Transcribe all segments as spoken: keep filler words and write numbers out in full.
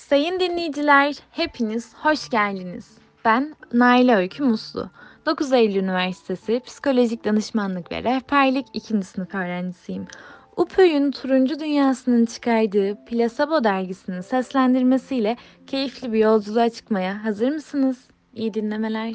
Sayın dinleyiciler, hepiniz hoş geldiniz. Ben Naile Öykü Muslu. dokuz Eylül Üniversitesi Psikolojik Danışmanlık ve Rehberlik ikinci sınıf öğrencisiyim. UPÖ'nün Turuncu Dünyası'nın çıkardığı Plasebo dergisinin seslendirmesiyle keyifli bir yolculuğa çıkmaya hazır mısınız? İyi dinlemeler.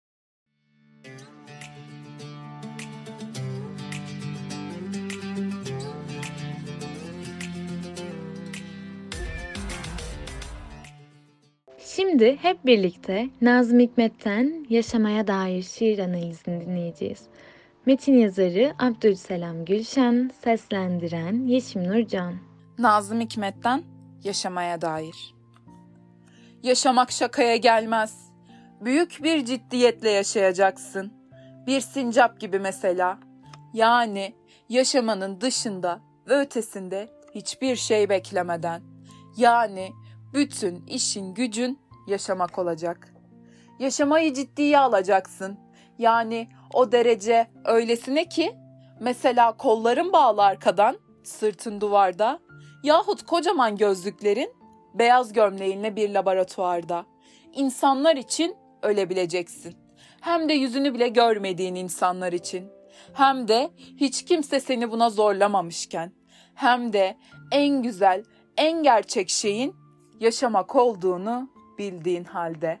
Şimdi hep birlikte Nazım Hikmet'ten Yaşamaya Dair şiir analizini dinleyeceğiz. Metin yazarı Abdülselam Gülşen, seslendiren Yeşim Nurcan. Nazım Hikmet'ten Yaşamaya Dair. Yaşamak şakaya gelmez. Büyük bir ciddiyetle yaşayacaksın. Bir sincap gibi mesela. Yani yaşamanın dışında ve ötesinde hiçbir şey beklemeden. Yani bütün işin gücün yaşamak olacak. Yaşamayı ciddiye alacaksın. Yani o derece öylesine ki mesela kolların bağlı arkadan, sırtın duvarda yahut kocaman gözlüklerin beyaz gömleğinle bir laboratuvarda. İnsanlar için ölebileceksin. Hem de yüzünü bile görmediğin insanlar için. Hem de hiç kimse seni buna zorlamamışken. Hem de en güzel, en gerçek şeyin yaşamak olduğunu bildiğin halde.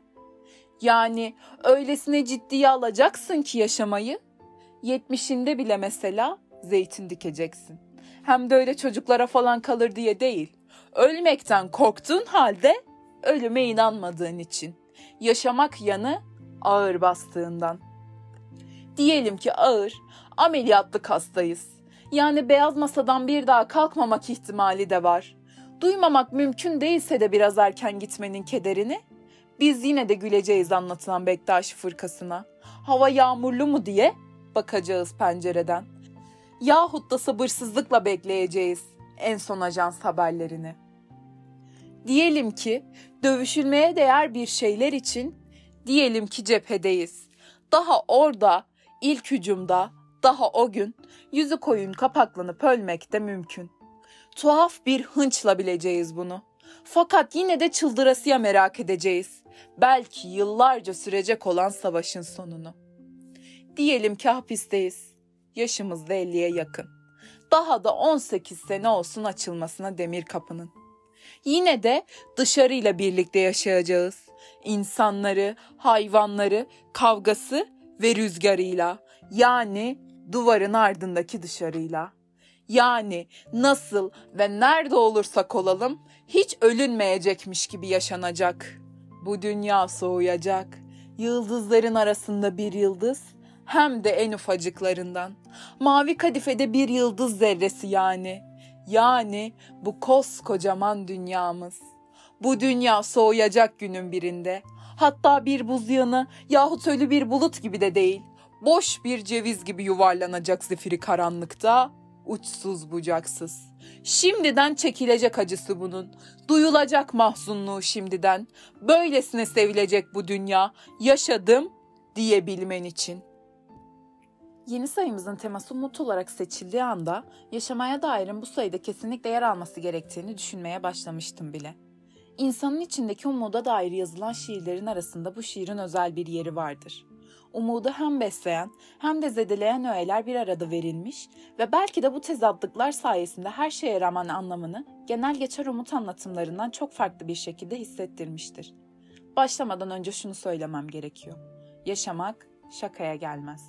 Yani öylesine ciddiye alacaksın ki yaşamayı, yetmişinde bile mesela zeytin dikeceksin. Hem de öyle çocuklara falan kalır diye değil, ölmekten korktuğun halde ölüme inanmadığın için, yaşamak yanı ağır bastığından. Diyelim ki ağır, ameliyatlık hastayız. Yani beyaz masadan bir daha kalkmamak ihtimali de var. Duymamak mümkün değilse de biraz erken gitmenin kederini, biz yine de güleceğiz anlatılan Bektaşi fırkasına. Hava yağmurlu mu diye bakacağız pencereden. Yahut da sabırsızlıkla bekleyeceğiz en son ajans haberlerini. Diyelim ki dövüşülmeye değer bir şeyler için, diyelim ki cephedeyiz. Daha orada, ilk hücumda, daha o gün yüzü koyun kapaklanıp ölmek de mümkün. Tuhaf bir hınçla bileceğiz bunu. Fakat yine de çıldırasıya merak edeceğiz. Belki yıllarca sürecek olan savaşın sonunu. Diyelim ki hapisteyiz. Yaşımız da elliye yakın. Daha da on sekiz sene olsun açılmasına demir kapının. Yine de dışarıyla birlikte yaşayacağız. İnsanları, hayvanları, kavgası ve rüzgarıyla. Yani duvarın ardındaki dışarıyla. Yani nasıl ve nerede olursak olalım hiç ölünmeyecekmiş gibi yaşanacak. Bu dünya soğuyacak. Yıldızların arasında bir yıldız, hem de en ufacıklarından. Mavi kadifede bir yıldız zerresi yani. Yani bu koskocaman dünyamız. Bu dünya soğuyacak günün birinde. Hatta bir buz yığını yahut ölü bir bulut gibi de değil. Boş bir ceviz gibi yuvarlanacak zifiri karanlıkta. Uçsuz bucaksız. Şimdiden çekilecek acısı bunun. Duyulacak mahzunluğu şimdiden. Böylesine sevilecek bu dünya. Yaşadım diyebilmen için. Yeni sayımızın teması umut olarak seçildiği anda yaşamaya dairin bu sayıda kesinlikle yer alması gerektiğini düşünmeye başlamıştım bile. İnsanın içindeki umuda dair yazılan şiirlerin arasında bu şiirin özel bir yeri vardır. Umudu hem besleyen hem de zedeleyen öğeler bir arada verilmiş ve belki de bu tezatlıklar sayesinde her şeye rağmen anlamını genel geçer umut anlatımlarından çok farklı bir şekilde hissettirmiştir. Başlamadan önce şunu söylemem gerekiyor. Yaşamak şakaya gelmez.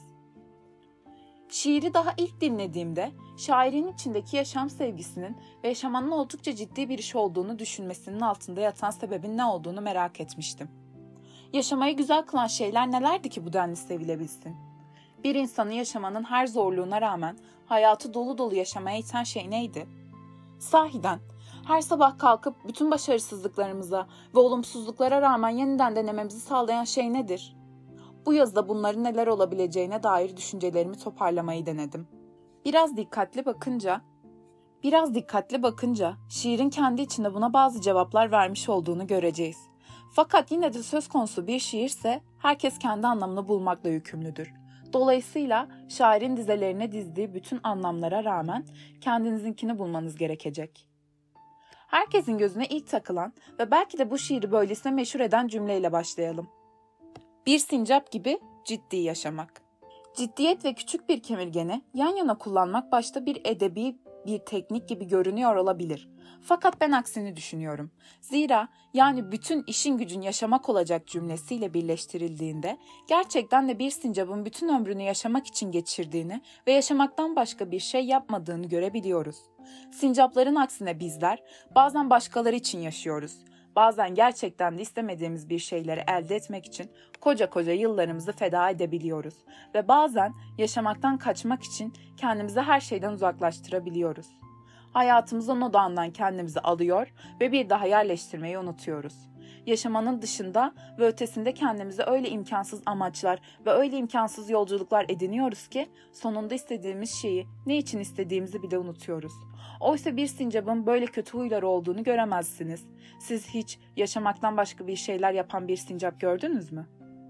Şiiri daha ilk dinlediğimde şairin içindeki yaşam sevgisinin ve yaşamanın oldukça ciddi bir iş olduğunu düşünmesinin altında yatan sebebin ne olduğunu merak etmiştim. Yaşamayı güzel kılan şeyler nelerdi ki bu denli sevilebilsin? Bir insanı yaşamanın her zorluğuna rağmen hayatı dolu dolu yaşamaya iten şey neydi? Sahiden her sabah kalkıp bütün başarısızlıklarımıza ve olumsuzluklara rağmen yeniden denememizi sağlayan şey nedir? Bu yazıda bunların neler olabileceğine dair düşüncelerimi toparlamayı denedim. Biraz dikkatli bakınca, biraz dikkatli bakınca şiirin kendi içinde buna bazı cevaplar vermiş olduğunu göreceğiz. Fakat yine de söz konusu bir şiirse herkes kendi anlamını bulmakla yükümlüdür. Dolayısıyla şairin dizelerine dizdiği bütün anlamlara rağmen kendinizinkini bulmanız gerekecek. Herkesin gözüne ilk takılan ve belki de bu şiiri böylesine meşhur eden cümleyle başlayalım. Bir sincap gibi ciddi yaşamak. Ciddiyet ve küçük bir kemirgeni yan yana kullanmak başta bir edebi bir teknik gibi görünüyor olabilir. Fakat ben aksini düşünüyorum. Zira yani bütün işin gücün yaşamak olacak cümlesiyle birleştirildiğinde gerçekten de bir sincapın bütün ömrünü yaşamak için geçirdiğini ve yaşamaktan başka bir şey yapmadığını görebiliyoruz. Sincapların aksine bizler bazen başkaları için yaşıyoruz. Bazen gerçekten de istemediğimiz bir şeyleri elde etmek için koca koca yıllarımızı feda edebiliyoruz. Ve bazen yaşamaktan kaçmak için kendimizi her şeyden uzaklaştırabiliyoruz. Hayatımızın odağından kendimizi alıyor ve bir daha yerleştirmeyi unutuyoruz. Yaşamanın dışında ve ötesinde kendimize öyle imkansız amaçlar ve öyle imkansız yolculuklar ediniyoruz ki sonunda istediğimiz şeyi, ne için istediğimizi bile unutuyoruz. Oysa bir sincapın böyle kötü huyları olduğunu göremezsiniz. Siz hiç yaşamaktan başka bir şeyler yapan bir sincap gördünüz mü?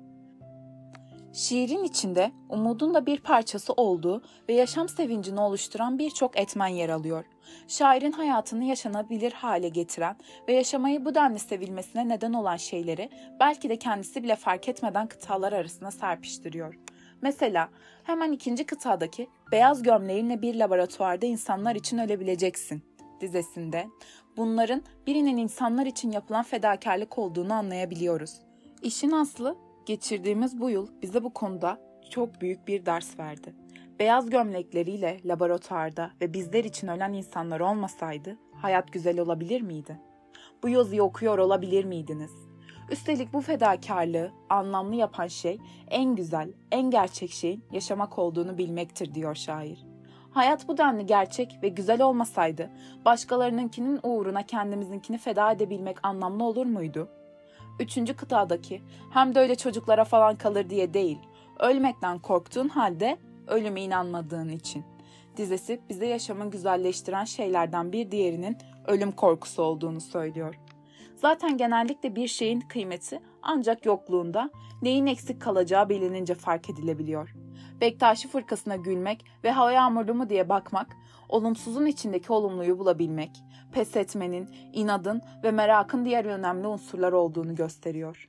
Şiirin içinde umudun da bir parçası olduğu ve yaşam sevincini oluşturan birçok etmen yer alıyor. Şairin hayatını yaşanabilir hale getiren ve yaşamayı bu denli sevilmesine neden olan şeyleri belki de kendisi bile fark etmeden kıtalar arasına serpiştiriyor. Mesela hemen ikinci kıtadaki "Beyaz gömleğinle bir laboratuvarda insanlar için ölebileceksin" dizesinde bunların birinin insanlar için yapılan fedakarlık olduğunu anlayabiliyoruz. İşin aslı, geçirdiğimiz bu yıl bize bu konuda çok büyük bir ders verdi. Beyaz gömlekleriyle laboratuvarda ve bizler için ölen insanlar olmasaydı hayat güzel olabilir miydi? Bu yazıyı okuyor olabilir miydiniz? Üstelik bu fedakarlığı anlamlı yapan şey en güzel, en gerçek şeyin yaşamak olduğunu bilmektir diyor şair. Hayat bu denli gerçek ve güzel olmasaydı başkalarınınkinin uğruna kendimizinkini feda edebilmek anlamlı olur muydu? Üçüncü kıtadaki hem de öyle çocuklara falan kalır diye değil, ölmekten korktuğun halde ölüme inanmadığın için dizesi bize yaşamı güzelleştiren şeylerden bir diğerinin ölüm korkusu olduğunu söylüyor. Zaten genellikle bir şeyin kıymeti ancak yokluğunda, neyin eksik kalacağı bilinince fark edilebiliyor. Bektaşi fırkasına gülmek ve hava yağmurlu mu diye bakmak, olumsuzun içindeki olumluyu bulabilmek, pes etmenin, inadın ve merakın diğer önemli unsurlar olduğunu gösteriyor.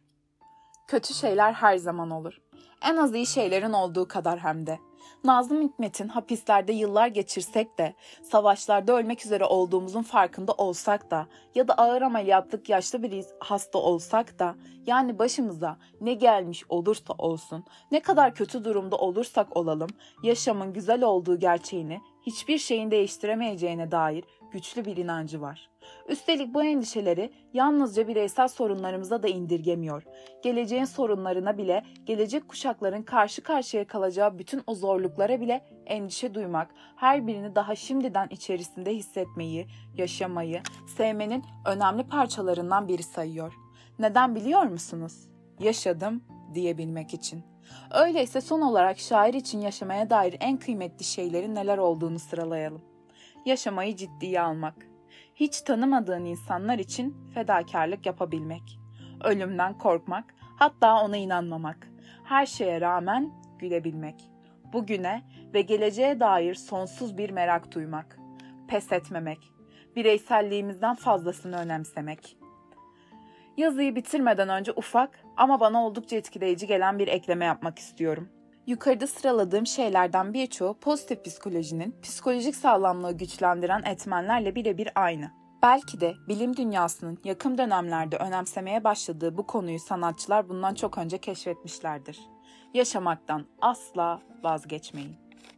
Kötü şeyler her zaman olur. En az iyi şeylerin olduğu kadar hem de. Nazım Hikmet'in hapislerde yıllar geçirsek de, savaşlarda ölmek üzere olduğumuzun farkında olsak da ya da ağır ameliyatlık yaşlı bir hasta olsak da, yani başımıza ne gelmiş olursa olsun, ne kadar kötü durumda olursak olalım, yaşamın güzel olduğu gerçeğini hiçbir şeyin değiştiremeyeceğine dair güçlü bir inancı var. Üstelik bu endişeleri yalnızca bireysel sorunlarımıza da indirgemiyor. Geleceğin sorunlarına bile, gelecek kuşakların karşı karşıya kalacağı bütün o zorluklara bile endişe duymak, her birini daha şimdiden içerisinde hissetmeyi, yaşamayı, sevmenin önemli parçalarından biri sayıyor. Neden biliyor musunuz? Yaşadım diyebilmek için. Öyleyse son olarak şair için yaşamaya dair en kıymetli şeylerin neler olduğunu sıralayalım. Yaşamayı ciddiye almak. Hiç tanımadığın insanlar için fedakarlık yapabilmek. Ölümden korkmak, hatta ona inanmamak. Her şeye rağmen gülebilmek. Bugüne ve geleceğe dair sonsuz bir merak duymak. Pes etmemek. Bireyselliğimizden fazlasını önemsemek. Yazıyı bitirmeden önce ufak ama bana oldukça etkileyici gelen bir ekleme yapmak istiyorum. Yukarıda sıraladığım şeylerden birçoğu pozitif psikolojinin psikolojik sağlamlığı güçlendiren etmenlerle birebir aynı. Belki de bilim dünyasının yakın dönemlerde önemsemeye başladığı bu konuyu sanatçılar bundan çok önce keşfetmişlerdir. Yaşamaktan asla vazgeçmeyin.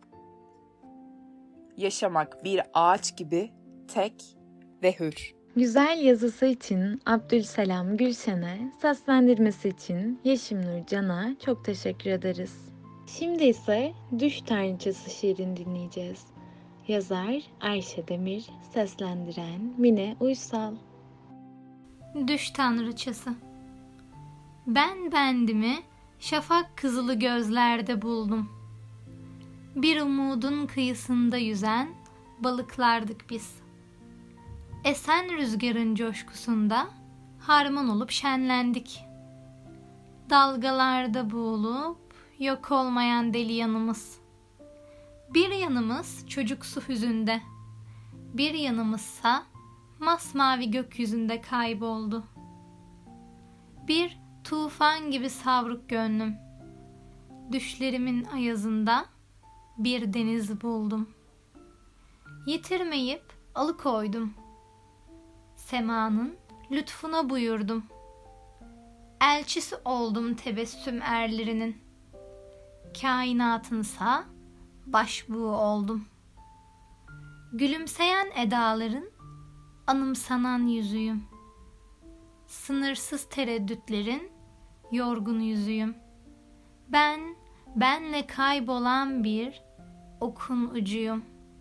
Yaşamak bir ağaç gibi tek ve hür. Güzel yazısı için Abdülselam Gülşen'e, seslendirmesi için Yeşim Nur Can'a çok teşekkür ederiz. Şimdi ise Düş Tanrıçası şiirini dinleyeceğiz. Yazar Ayşe Demir, seslendiren Mine Uysal. Düş Tanrıçası. Ben bendimi şafak kızılı gözlerde buldum. Bir umudun kıyısında yüzen balıklardık biz. Esen rüzgarın coşkusunda harman olup şenlendik. Dalgalarda boğulup yok olmayan deli yanımız. Bir yanımız çocuksu hüzünde, bir yanımızsa masmavi gökyüzünde kayboldu. Bir tufan gibi savruk gönlüm, düşlerimin ayazında bir deniz buldum. Yitirmeyip alıkoydum, semanın lütfuna buyurdum. Elçisi oldum tebessüm erlerinin, kainatınsa başbuğu oldum. Gülümseyen edaların anımsanan yüzüyüm. Sınırsız tereddütlerin yorgun yüzüyüm. Ben, benle kaybolan bir okun ucuyum.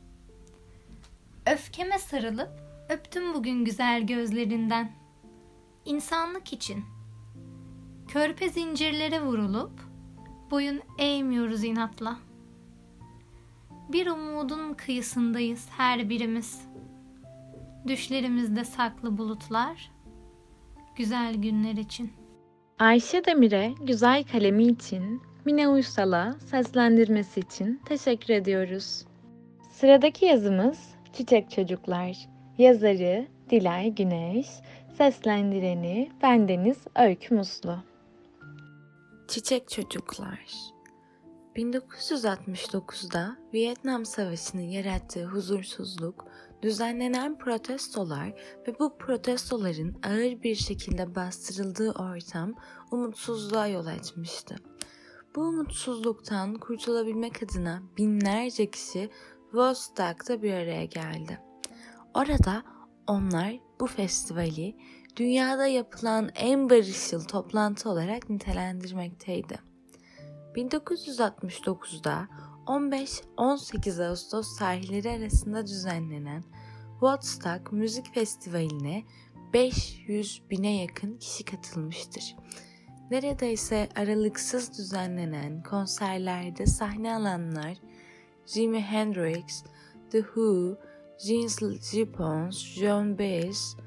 Öfkeme sarılıp öptüm bugün güzel gözlerinden. İnsanlık için. Körpe zincirlere vurulup boyun eğmiyoruz inatla. Bir umudun kıyısındayız her birimiz. Düşlerimizde saklı bulutlar, güzel günler için. Ayşe Demir'e güzel kalemi için, Mine Uysal'a seslendirmesi için teşekkür ediyoruz. Sıradaki yazımız Çiçek Çocuklar. Yazarı Dilay Güneş, seslendireni bendeniz Öykü Muslu. Çiçek Çocuklar. bin dokuz yüz altmış dokuzda Vietnam Savaşı'nın yarattığı huzursuzluk, düzenlenen protestolar ve bu protestoların ağır bir şekilde bastırıldığı ortam umutsuzluğa yol açmıştı. Bu umutsuzluktan kurtulabilmek adına binlerce kişi Woodstock'ta bir araya geldi. Orada onlar bu festivali dünyada yapılan en barışçıl toplantı olarak nitelendirmekteydi. bin dokuz yüz altmış dokuzda on beş on sekiz Ağustos tarihleri arasında düzenlenen Woodstock Müzik Festivali'ne beş yüz bine yakın kişi katılmıştır. Neredeyse aralıksız düzenlenen konserlerde sahne alanlar Jimi Hendrix, The Who, Jens Simmons, Joan Baez,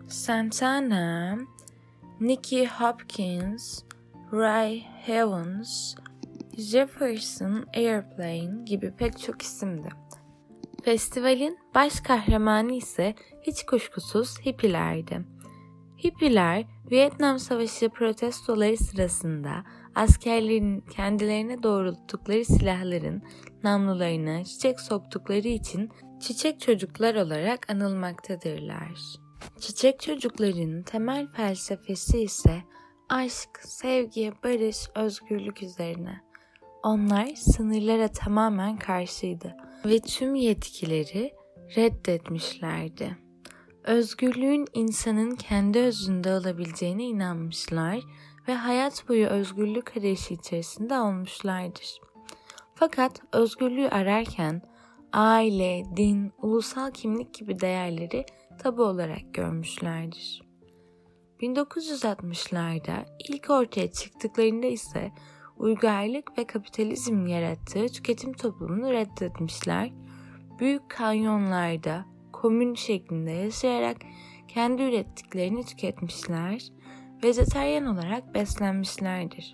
Santana, Nicky Hopkins, Ray Evans, Jefferson Airplane gibi pek çok isimdi. Festivalin baş kahramanı ise hiç kuşkusuz hippilerdi. Hippiler, Vietnam Savaşı protestoları sırasında askerlerin kendilerine doğrulttukları silahların namlularına çiçek soktukları için çiçek çocuklar olarak anılmaktadırlar. Çiçek çocukların temel felsefesi ise aşk, sevgi, barış, özgürlük üzerine. Onlar sınırlara tamamen karşıydı ve tüm yetkileri reddetmişlerdi. Özgürlüğün insanın kendi özünde olabileceğine inanmışlar ve hayat boyu özgürlük arayışı içerisinde olmuşlardır. Fakat özgürlüğü ararken aile, din, ulusal kimlik gibi değerleri tabu olarak görmüşlerdir. bin dokuz yüz altmışlarda ilk ortaya çıktıklarında ise uygarlık ve kapitalizm yarattığı tüketim toplumunu reddetmişler, büyük kanyonlarda komün şeklinde yaşayarak kendi ürettiklerini tüketmişler, vejetaryen olarak beslenmişlerdir.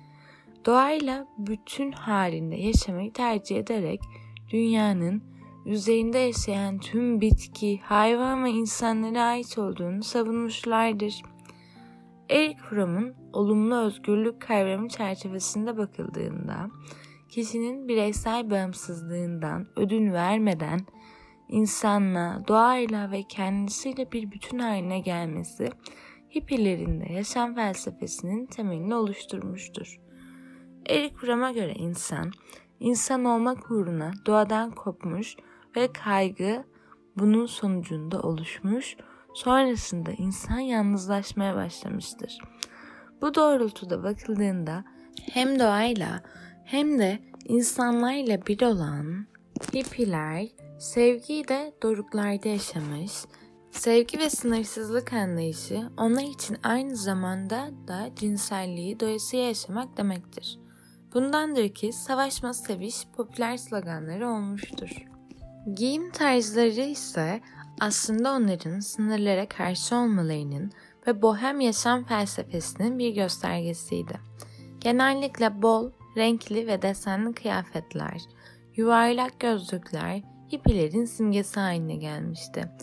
Doğayla bütün halinde yaşamayı tercih ederek dünyanın üzerinde yaşayan tüm bitki, hayvan ve insanlara ait olduğunu savunmuşlardır. Erich Fromm'un olumlu özgürlük kavramı çerçevesinde bakıldığında, kişinin bireysel bağımsızlığından ödün vermeden insanla, doğayla ve kendisiyle bir bütün haline gelmesi, hippilerin de yaşam felsefesinin temelini oluşturmuştur. Erich Fromm'a göre insan, insan olmak uğruna doğadan kopmuş ve kaygı bunun sonucunda oluşmuş, sonrasında insan yalnızlaşmaya başlamıştır. Bu doğrultuda bakıldığında hem doğayla hem de insanlarla bir olan hippiler sevgiyi de doruklarda yaşamış, sevgi ve sınırsızlık anlayışı onlar için aynı zamanda da cinselliği doyasıya yaşamak demektir. Bundandır ki savaşma seviş popüler sloganları olmuştur. Giyim tarzları ise aslında onların sınırlara karşı olmalarının ve bohem yaşam felsefesinin bir göstergesiydi. Genellikle bol, renkli ve desenli kıyafetler, yuvarlak gözlükler hippilerin simgesi haline gelmişti.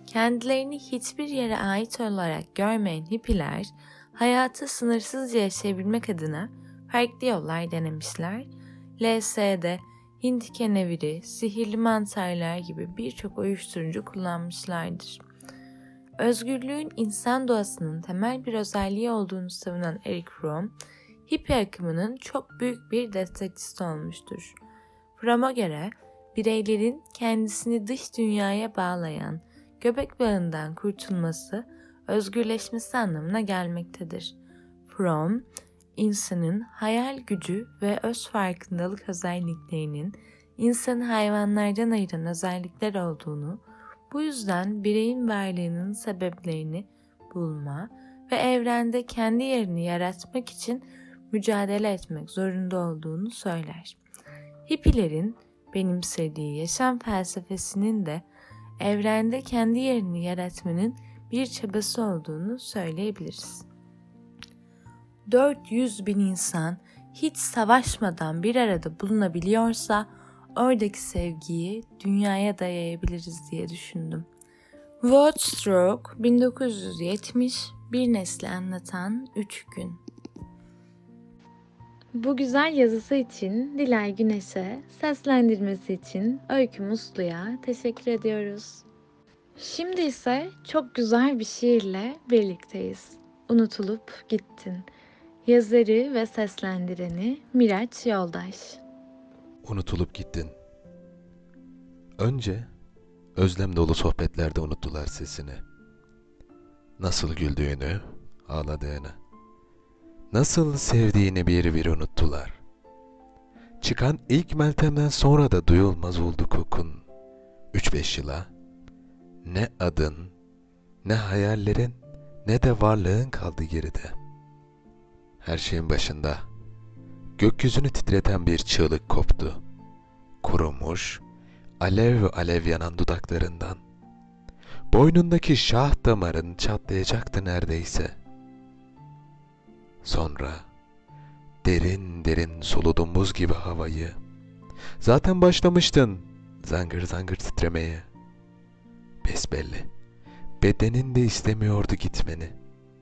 Kendilerini hiçbir yere ait olarak görmeyen hippiler, hayatı sınırsızca yaşayabilmek adına farklı yollar denemişler. L S D, Hint keneviri, sihirli mantarlar gibi birçok uyuşturucu kullanmışlardır. Özgürlüğün insan doğasının temel bir özelliği olduğunu savunan Erich Fromm, hippie akımının çok büyük bir destekçisi olmuştur. Fromm'a göre bireylerin kendisini dış dünyaya bağlayan göbek bağından kurtulması, özgürleşmesi anlamına gelmektedir. Fromm, insanın hayal gücü ve öz farkındalık özelliklerinin insanı hayvanlardan ayıran özellikler olduğunu, bu yüzden bireyin varlığının sebeplerini bulma ve evrende kendi yerini yaratmak için mücadele etmek zorunda olduğunu söyler. Hippilerin benimsediği yaşam felsefesinin de evrende kendi yerini yaratmanın bir çabası olduğunu söyleyebiliriz. dört yüz bin insan hiç savaşmadan bir arada bulunabiliyorsa oradaki sevgiyi dünyaya da yayabiliriz diye düşündüm. Woodstock bin dokuz yüz yetmiş, bir nesli anlatan üç gün. Bu güzel yazısı için Dilay Güneş'e, seslendirmesi için Öykü Muslu'ya teşekkür ediyoruz. Şimdi ise çok güzel bir şiirle birlikteyiz. Unutulup Gittin. Yazarı ve seslendireni Miraç Yoldaş. Unutulup gittin. Önce özlem dolu sohbetlerde unuttular sesini. Nasıl güldüğünü, ağladığını. Nasıl sevdiğini bir bir unuttular. Çıkan ilk Meltem'den sonra da duyulmaz oldu kokun. Üç beş yıla ne adın, ne hayallerin, ne de varlığın kaldı geride. Her şeyin başında gökyüzünü titreten bir çığlık koptu. Kurumuş, alev alev yanan dudaklarından. Boynundaki şah damarın çatlayacaktı neredeyse. Sonra derin derin soludun buz gibi havayı. Zaten başlamıştın zangır zangır titremeye. Besbelli, bedenin de istemiyordu gitmeni.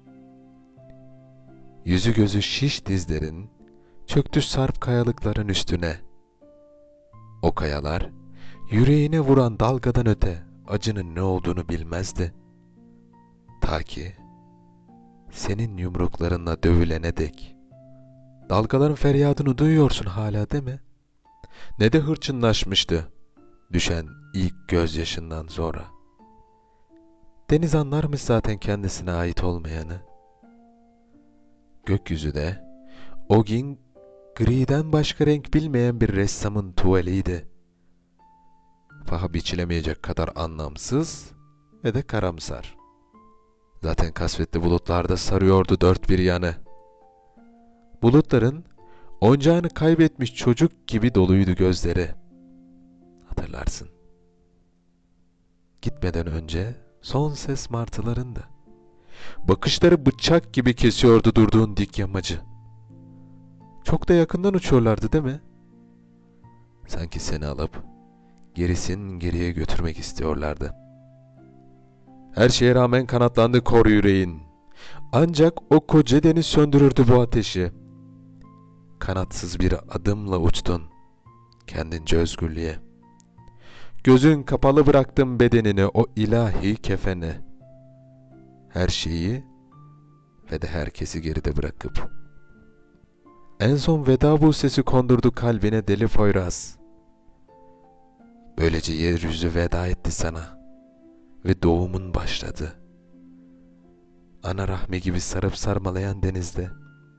Yüzü gözü şiş dizlerin çöktü sarp kayalıkların üstüne. O kayalar yüreğine vuran dalgadan öte acının ne olduğunu bilmezdi. Ta ki senin yumruklarınla dövülene dek. Dalgaların feryadını duyuyorsun hala, değil mi? Ne de hırçınlaşmıştı düşen ilk gözyaşından sonra. Deniz anlarmış zaten kendisine ait olmayanı. Gökyüzü de o gün griden başka renk bilmeyen bir ressamın tuvaliydi. Paha biçilemeyecek kadar anlamsız ve de karamsar. Zaten kasvetli bulutlarda sarıyordu dört bir yanı. Bulutların oyuncağını kaybetmiş çocuk gibi doluydu gözleri. Hatırlarsın. Gitmeden önce son ses martılarındı. Bakışları bıçak gibi kesiyordu durduğun dik yamacı. Çok da yakından uçuyorlardı, değil mi? Sanki seni alıp gerisin geriye götürmek istiyorlardı. Her şeye rağmen kanatlandı kor yüreğin. Ancak o koca deniz söndürürdü bu ateşi. Kanatsız bir adımla uçtun kendince özgürlüğe. Gözün kapalı bıraktın bedenini, o ilahi kefene. Her şeyi ve de herkesi geride bırakıp. En son veda bu sesi kondurdu kalbine deli Poyraz. Böylece yeryüzü veda etti sana ve doğumun başladı. Ana rahmi gibi sarıp sarmalayan denizde.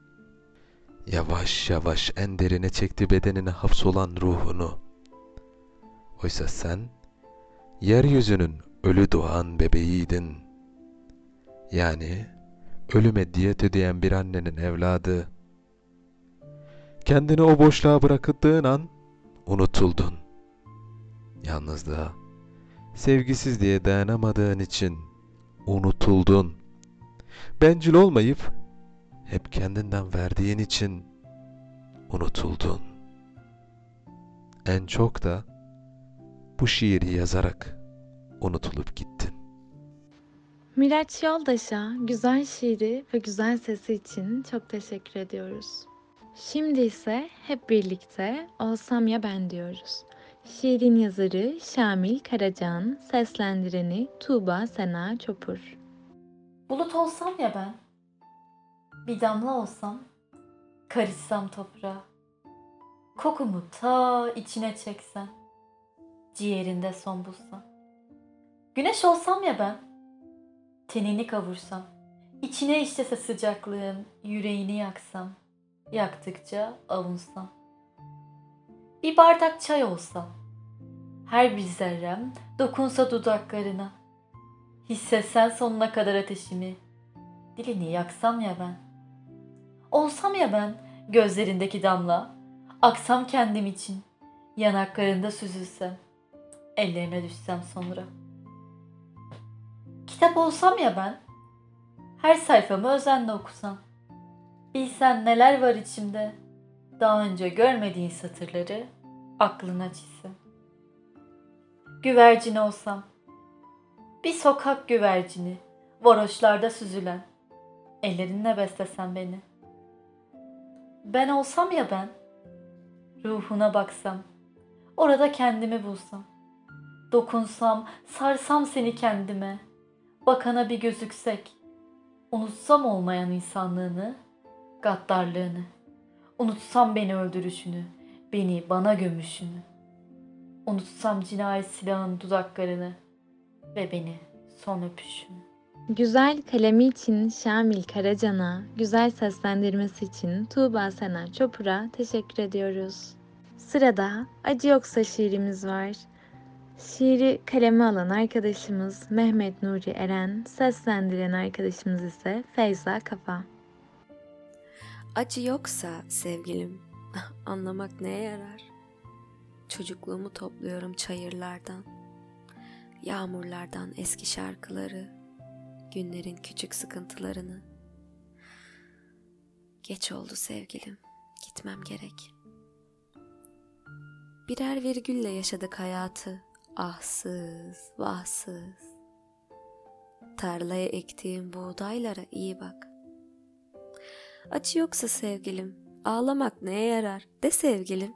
Yavaş yavaş en derine çekti bedenine hapsolan ruhunu. Oysa sen yeryüzünün ölü doğan bebeğiydin. Yani ölüme diyet ödeyen bir annenin evladı. Kendini o boşluğa bırakıldığın an unutuldun. Yalnızlığa, sevgisizliğe dayanamadığın için unutuldun. Bencil olmayıp hep kendinden verdiğin için unutuldun. En çok da bu şiiri yazarak unutulup gittin. Miraç Yoldaş'a güzel şiiri ve güzel sesi için çok teşekkür ediyoruz. Şimdi ise hep birlikte Olsam Ya Ben diyoruz. Şiirin yazarı Şamil Karacan, seslendireni Tuğba Sena Çopur. Bulut olsam ya ben, bir damla olsam, karışsam toprağa. Kokumu ta içine çeksem, ciğerinde son bulsam. Güneş olsam ya ben, tenini kavursam, içine işlese sıcaklığın, yüreğini yaksam, yaktıkça avunsam. Bir bardak çay olsam, her bir zerrem dokunsa dudaklarına, hissetsen sonuna kadar ateşimi, dilini yaksam ya ben. Olsam ya ben gözlerindeki damla, aksam kendim için, yanaklarında süzülsem, ellerine düşsem sonra. Kitap olsam ya ben, her sayfamı özenle okusam, bilsen neler var içimde, daha önce görmediğin satırları aklına çizsem. Güvercin olsam, bir sokak güvercini, varoşlarda süzülen, ellerinle beslesen beni. Ben olsam ya ben, ruhuna baksam, orada kendimi bulsam, dokunsam, sarsam seni kendime, bakana bir gözüksek, unutsam olmayan insanlığını, gaddarlığını, unutsam beni öldürüşünü, beni bana gömüşünü, unutsam cinayet silahın dudaklarını ve beni son öpüşünü. Güzel kalemi için Şamil Karacan'a, güzel seslendirmesi için Tuğba Sena Çopur'a teşekkür ediyoruz. Sırada Acı Yoksa şiirimiz var. Şiiri kaleme alan arkadaşımız Mehmet Nuri Eren, seslendiren arkadaşımız ise Feyza Kafa. Acı yoksa sevgilim, anlamak neye yarar? Çocukluğumu topluyorum çayırlardan, yağmurlardan eski şarkıları, günlerin küçük sıkıntılarını. Geç oldu sevgilim, gitmem gerek. Birer virgülle yaşadık hayatı, ahsız, vahsız. Tarlaya ektiğim buğdaylara iyi bak. Acı yoksa sevgilim, ağlamak neye yarar de sevgilim.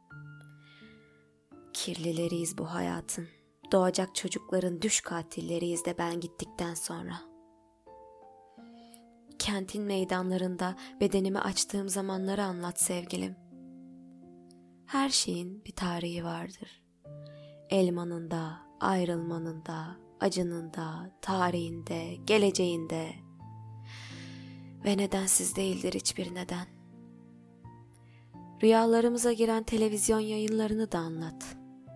Kirlileriyiz bu hayatın, doğacak çocukların düş katilleriyiz de ben gittikten sonra. Kentin meydanlarında bedenimi açtığım zamanları anlat sevgilim. Her şeyin bir tarihi vardır. Elmanın da, ayrılmanın da, acının da, tarihinde, geleceğinde. Ve nedensiz değildir hiçbir neden. Rüyalarımıza giren televizyon yayınlarını da anlat.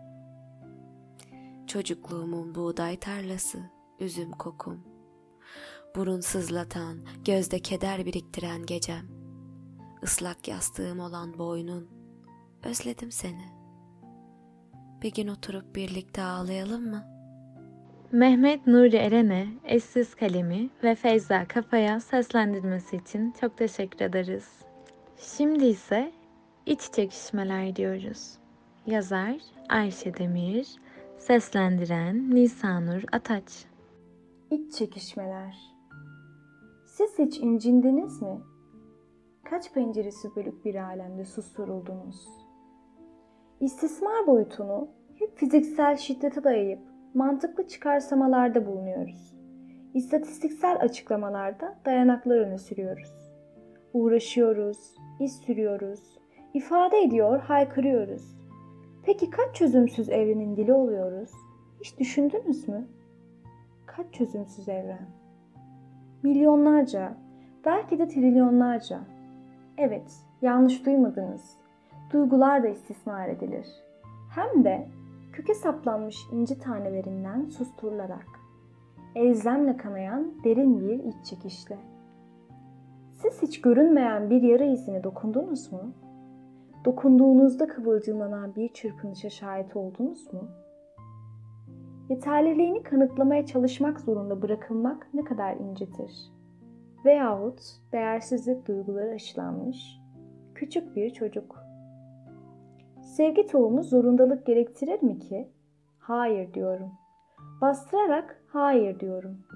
Çocukluğumun buğday tarlası, üzüm kokum. Burun sızlatan, gözde keder biriktiren gecem. Islak yastığım olan boynun, özledim seni. Bir gün oturup birlikte ağlayalım mı? Mehmet Nuri Eren'e eşsiz kalemi ve Feyza Kafa'ya seslendirmesi için çok teşekkür ederiz. Şimdi ise iç çekişmeler diyoruz. Yazar Ayşe Demir, seslendiren Nisanur Ataç. İç çekişmeler. Siz hiç incindiniz mi? Kaç penceresi bölük bir alemde susturuldunuz? İstismar boyutunu hep fiziksel şiddete dayayıp mantıklı çıkarsamalarda bulunuyoruz. İstatistiksel açıklamalarda dayanaklar öne sürüyoruz. Uğraşıyoruz, iz sürüyoruz, ifade ediyor, haykırıyoruz. Peki kaç çözümsüz evrenin dili oluyoruz? Hiç düşündünüz mü? Kaç çözümsüz evren? Milyonlarca, belki de trilyonlarca. Evet, yanlış duymadınız. Duygular da istismar edilir. Hem de köke saplanmış inci tanelerinden susturularak. Elzemle kanayan derin bir iç çekişle. Siz hiç görünmeyen bir yara izine dokundunuz mu? Dokunduğunuzda kıvılcımlanan bir çırpınışa şahit oldunuz mu? Yeterliliğini kanıtlamaya çalışmak zorunda bırakılmak ne kadar incidir. Veyahut değersizlik duyguları aşılanmış küçük bir çocuk. Sevgi tohumu zorundalık gerektirir mi ki? Hayır diyorum. Bastırarak hayır diyorum.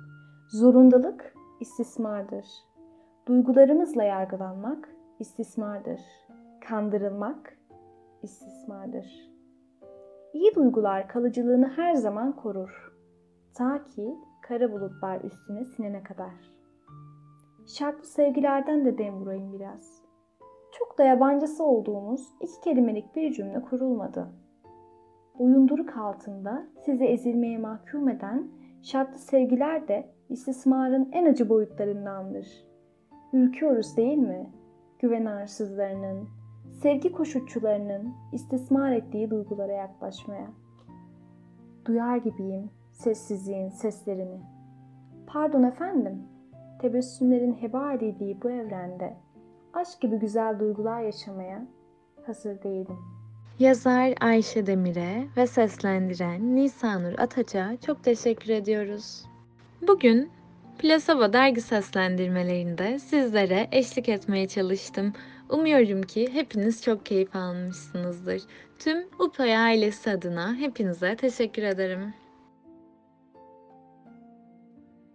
Zorundalık istismardır. Duygularımızla yargılanmak istismardır. Kandırılmak istismardır. İyi duygular kalıcılığını her zaman korur. Ta ki kara bulutlar üstüne sinene kadar. Şartlı sevgilerden de dem vurayım biraz. Çok da yabancısı olduğumuz iki kelimelik bir cümle kurulmadı. Boyunduruk altında sizi ezilmeye mahkum eden şartlı sevgiler de istismarın en acı boyutlarındandır. Ürküyoruz değil mi? Güven arsızlarının, sevgi koşutçularının istismar ettiği duygulara yaklaşmaya. Duyar gibiyim sessizliğin seslerini. Pardon efendim, tebessümlerin heba edildiği bu evrende aşk gibi güzel duygular yaşamaya hazır değilim. Yazar Ayşe Demir'e ve seslendiren Nisanur Ataç'a çok teşekkür ediyoruz. Bugün Plasava dergi seslendirmelerinde sizlere eşlik etmeye çalıştım. Umuyorum ki hepiniz çok keyif almışsınızdır. Tüm Upay ailesi adına hepinize teşekkür ederim.